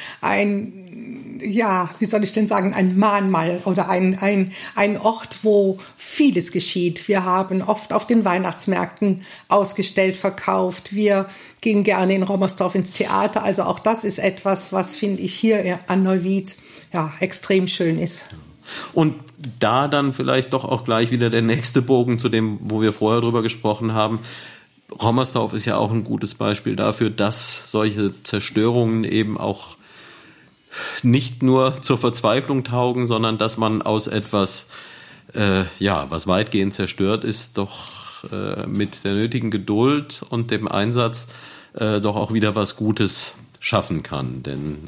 Mahnmal oder ein Ort, wo vieles geschieht. Wir haben oft auf den Weihnachtsmärkten ausgestellt, verkauft. Wir gehen gerne in Rommersdorf ins Theater. Also auch das ist etwas, was, finde ich, hier an Neuwied ja extrem schön ist. Und da dann vielleicht doch auch gleich wieder der nächste Bogen zu dem, wo wir vorher drüber gesprochen haben. Rommersdorf ist ja auch ein gutes Beispiel dafür, dass solche Zerstörungen eben auch nicht nur zur Verzweiflung taugen, sondern dass man aus etwas, was weitgehend zerstört ist, doch mit der nötigen Geduld und dem Einsatz doch auch wieder was Gutes schaffen kann. Denn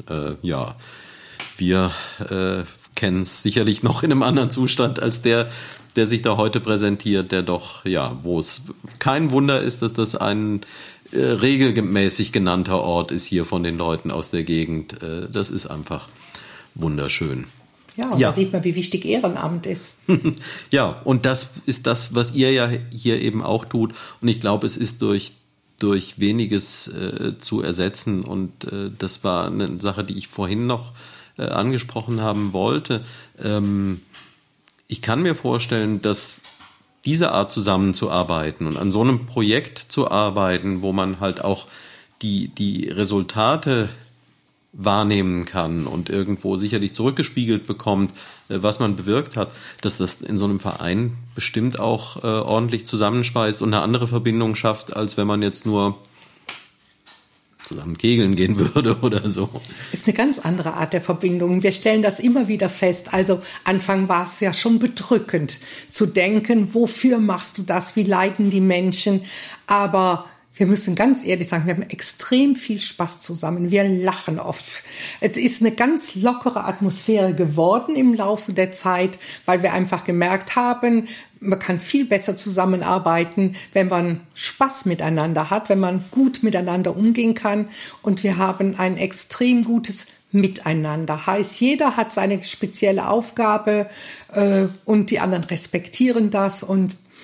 wir kennen es sicherlich noch in einem anderen Zustand als der sich da heute präsentiert, der doch, wo es kein Wunder ist, dass das ein regelmäßig genannter Ort ist hier von den Leuten aus der Gegend. Das ist einfach wunderschön. Ja, und da sieht man, wie wichtig Ehrenamt ist. Ja, und das ist das, was ihr ja hier eben auch tut. Und ich glaube, es ist durch weniges zu ersetzen. Und das war eine Sache, die ich vorhin noch angesprochen haben wollte. Ich kann mir vorstellen, dass diese Art zusammenzuarbeiten und an so einem Projekt zu arbeiten, wo man halt auch die Resultate wahrnehmen kann und irgendwo sicherlich zurückgespiegelt bekommt, was man bewirkt hat, dass das in so einem Verein bestimmt auch ordentlich zusammenschweißt und eine andere Verbindung schafft, als wenn man jetzt nur zusammen kegeln gehen würde oder so. Ist eine ganz andere Art der Verbindung. Wir stellen das immer wieder fest. Also Anfang war es ja schon bedrückend zu denken, wofür machst du das, wie leiden die Menschen, aber wir müssen ganz ehrlich sagen, wir haben extrem viel Spaß zusammen. Wir lachen oft. Es ist eine ganz lockere Atmosphäre geworden im Laufe der Zeit, weil wir einfach gemerkt haben, man kann viel besser zusammenarbeiten, wenn man Spaß miteinander hat, wenn man gut miteinander umgehen kann. Und wir haben ein extrem gutes Miteinander. Heißt, jeder hat seine spezielle Aufgabe und die anderen respektieren das und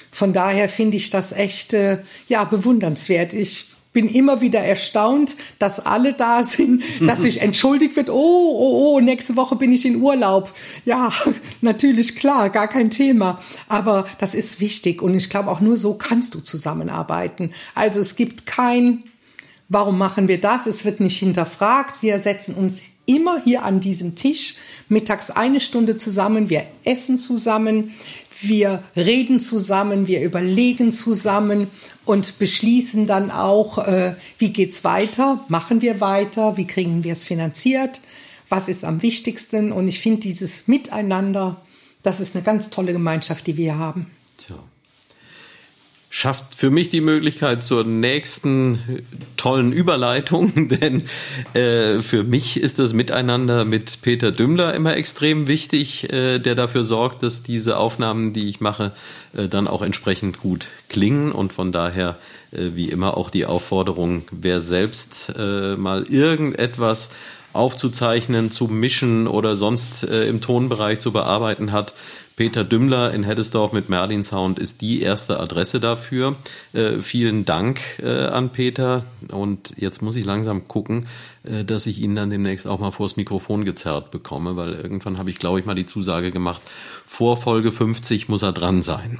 Von daher finde ich das echt bewundernswert. Ich bin immer wieder erstaunt, dass alle da sind, dass sich entschuldigt wird. Oh, nächste Woche bin ich in Urlaub. Ja, natürlich, klar, gar kein Thema. Aber das ist wichtig und ich glaube, auch nur so kannst du zusammenarbeiten. Also es gibt warum machen wir das? Es wird nicht hinterfragt. Wir setzen uns immer hier an diesem Tisch, mittags 1 Stunde zusammen. Wir essen zusammen, wir reden zusammen, wir überlegen zusammen und beschließen dann auch, wie geht's weiter? Machen wir weiter? Wie kriegen wir es finanziert? Was ist am wichtigsten? Und ich finde dieses Miteinander, das ist eine ganz tolle Gemeinschaft, die wir haben. Tja. Schafft für mich die Möglichkeit zur nächsten tollen Überleitung, denn für mich ist das Miteinander mit Peter Dümmler immer extrem wichtig, der dafür sorgt, dass diese Aufnahmen, die ich mache, dann auch entsprechend gut klingen und von daher wie immer auch die Aufforderung, wer selbst mal irgendetwas aufzuzeichnen, zu mischen oder sonst im Tonbereich zu bearbeiten hat, Peter Dümmler in Heddesdorf mit Merlin Sound ist die erste Adresse dafür. Vielen Dank an Peter und jetzt muss ich langsam gucken, dass ich ihn dann demnächst auch mal vors Mikrofon gezerrt bekomme, weil irgendwann habe ich, glaube ich, mal die Zusage gemacht, vor Folge 50 muss er dran sein.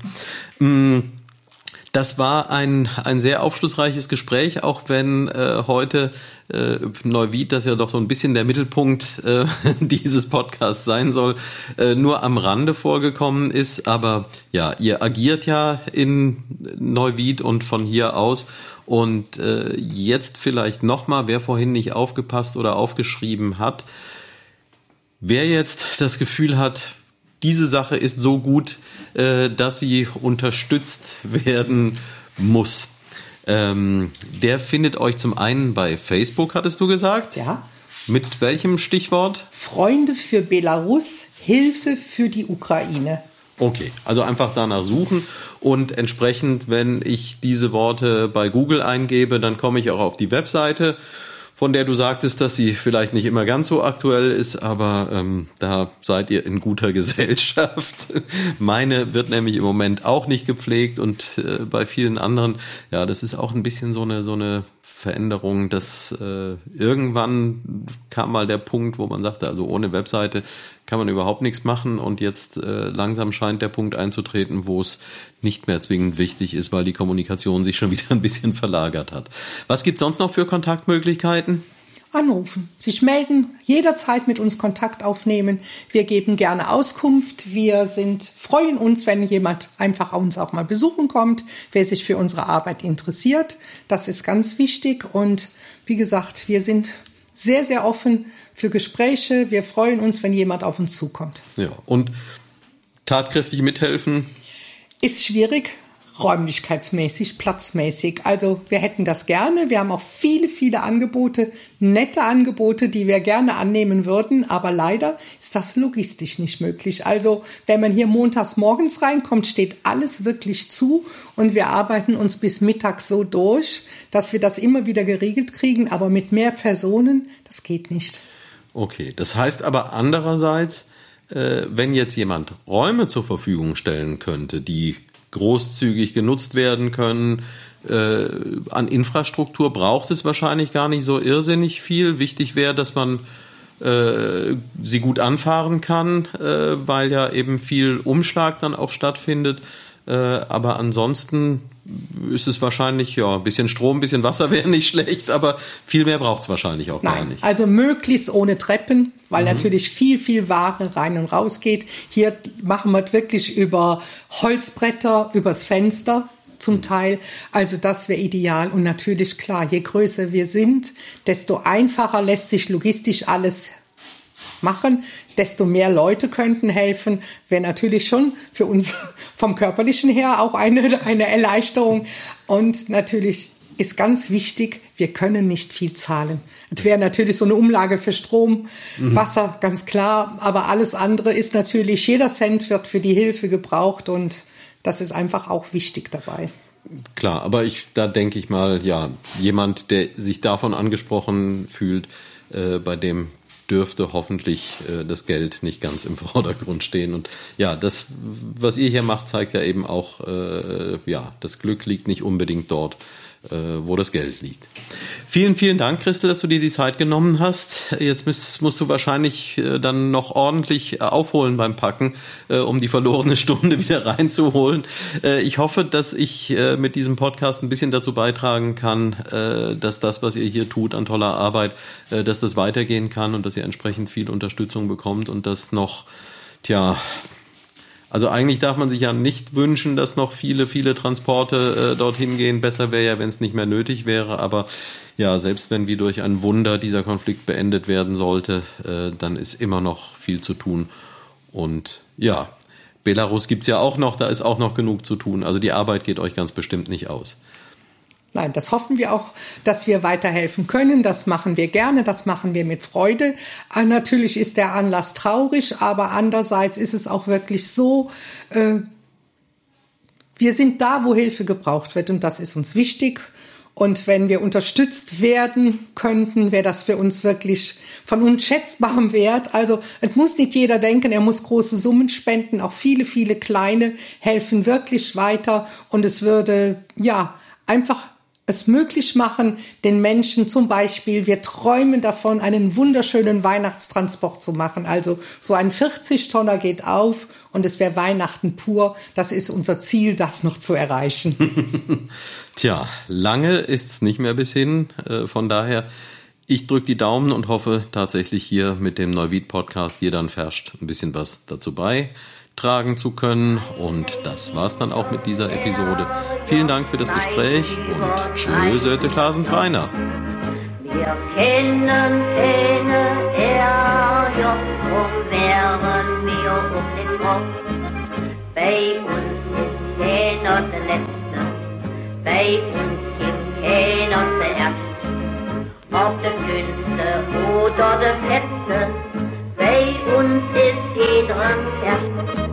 Das war ein sehr aufschlussreiches Gespräch, auch wenn heute Neuwied, das ja doch so ein bisschen der Mittelpunkt dieses Podcasts sein soll, nur am Rande vorgekommen ist. Aber ja, ihr agiert ja in Neuwied und von hier aus. Und jetzt vielleicht nochmal, wer vorhin nicht aufgepasst oder aufgeschrieben hat, wer jetzt das Gefühl hat, diese Sache ist so gut, dass sie unterstützt werden muss. Der findet euch zum einen bei Facebook, hattest du gesagt? Ja. Mit welchem Stichwort? Freunde für Belarus, Hilfe für die Ukraine. Okay, also einfach danach suchen und entsprechend, wenn ich diese Worte bei Google eingebe, dann komme ich auch auf die Webseite, von der du sagtest, dass sie vielleicht nicht immer ganz so aktuell ist, aber da seid ihr in guter Gesellschaft. Meine wird nämlich im Moment auch nicht gepflegt und bei vielen anderen, ja, das ist auch ein bisschen so eine Veränderung, dass irgendwann kam mal der Punkt, wo man sagte, also ohne Webseite kann man überhaupt nichts machen und jetzt langsam scheint der Punkt einzutreten, wo es nicht mehr zwingend wichtig ist, weil die Kommunikation sich schon wieder ein bisschen verlagert hat. Was gibt es sonst noch für Kontaktmöglichkeiten? Anrufen, sich melden, jederzeit mit uns Kontakt aufnehmen. Wir geben gerne Auskunft. Wir freuen uns, wenn jemand einfach uns auch mal besuchen kommt, wer sich für unsere Arbeit interessiert. Das ist ganz wichtig. Und wie gesagt, wir sind sehr, sehr offen für Gespräche. Wir freuen uns, wenn jemand auf uns zukommt. Ja, und tatkräftig mithelfen? Ist schwierig. Räumlichkeitsmäßig, platzmäßig. Also wir hätten das gerne. Wir haben auch viele, viele Angebote, nette Angebote, die wir gerne annehmen würden. Aber leider ist das logistisch nicht möglich. Also wenn man hier montags morgens reinkommt, steht alles wirklich zu. Und wir arbeiten uns bis mittags so durch, dass wir das immer wieder geregelt kriegen. Aber mit mehr Personen, das geht nicht. Okay, das heißt aber andererseits, wenn jetzt jemand Räume zur Verfügung stellen könnte, die großzügig genutzt werden können. An Infrastruktur braucht es wahrscheinlich gar nicht so irrsinnig viel. Wichtig wäre, dass man sie gut anfahren kann, weil ja eben viel Umschlag dann auch stattfindet. Aber ansonsten ist es wahrscheinlich, ja, ein bisschen Strom, ein bisschen Wasser wäre nicht schlecht, aber viel mehr braucht es wahrscheinlich auch gar nicht. Also möglichst ohne Treppen, weil natürlich viel Ware rein und raus geht. Hier machen wir wirklich über Holzbretter, übers Fenster zum Teil. Also das wäre ideal. Und natürlich, klar, je größer wir sind, desto einfacher lässt sich logistisch alles machen, desto mehr Leute könnten helfen, wäre natürlich schon für uns vom Körperlichen her auch eine Erleichterung. Und natürlich ist ganz wichtig, wir können nicht viel zahlen. Es wäre natürlich so eine Umlage für Strom, Wasser, ganz klar, aber alles andere ist natürlich, jeder Cent wird für die Hilfe gebraucht und das ist einfach auch wichtig dabei. Klar, aber da denke ich mal, ja, jemand, der sich davon angesprochen fühlt, bei dem dürfte hoffentlich das Geld nicht ganz im Vordergrund stehen. Und ja, das, was ihr hier macht, zeigt ja eben auch, das Glück liegt nicht unbedingt dort, wo das Geld liegt. Vielen, vielen Dank, Christel, dass du dir die Zeit genommen hast. Jetzt musst du wahrscheinlich dann noch ordentlich aufholen beim Packen, um die verlorene Stunde wieder reinzuholen. Ich hoffe, dass ich mit diesem Podcast ein bisschen dazu beitragen kann, dass das, was ihr hier tut an toller Arbeit, dass das weitergehen kann und dass ihr entsprechend viel Unterstützung bekommt und das noch, also eigentlich darf man sich ja nicht wünschen, dass noch viele, viele Transporte dorthin gehen. Besser wäre ja, wenn es nicht mehr nötig wäre. Aber ja, selbst wenn wie durch ein Wunder dieser Konflikt beendet werden sollte, dann ist immer noch viel zu tun. Und ja, Belarus gibt's ja auch noch, da ist auch noch genug zu tun. Also die Arbeit geht euch ganz bestimmt nicht aus. Nein, das hoffen wir auch, dass wir weiterhelfen können. Das machen wir gerne, das machen wir mit Freude. Natürlich ist der Anlass traurig, aber andererseits ist es auch wirklich so, wir sind da, wo Hilfe gebraucht wird und das ist uns wichtig. Und wenn wir unterstützt werden könnten, wäre das für uns wirklich von unschätzbarem Wert. Also es muss nicht jeder denken, er muss große Summen spenden. Auch viele, viele kleine helfen wirklich weiter und es würde einfach es möglich machen, den Menschen zum Beispiel, wir träumen davon, einen wunderschönen Weihnachtstransport zu machen. Also so ein 40-Tonner geht auf und es wäre Weihnachten pur. Das ist unser Ziel, das noch zu erreichen. Tja, lange ist's nicht mehr bis hin. Von daher, ich drücke die Daumen und hoffe tatsächlich hier mit dem Neuwied-Podcast Jeder Verscht ein bisschen was dazu beitragen zu können. Und das war's dann auch mit dieser Episode. Vielen Dank für das Gespräch und tschö, Söte Klasens Rainer. Wir kennen keine Ärger, drum wären wir um den Kopf. Bei uns ist keiner der Letzte, bei uns gibt keiner zuerst. Ob der Dünnste oder der Fetzte, bei uns ist jeder erst.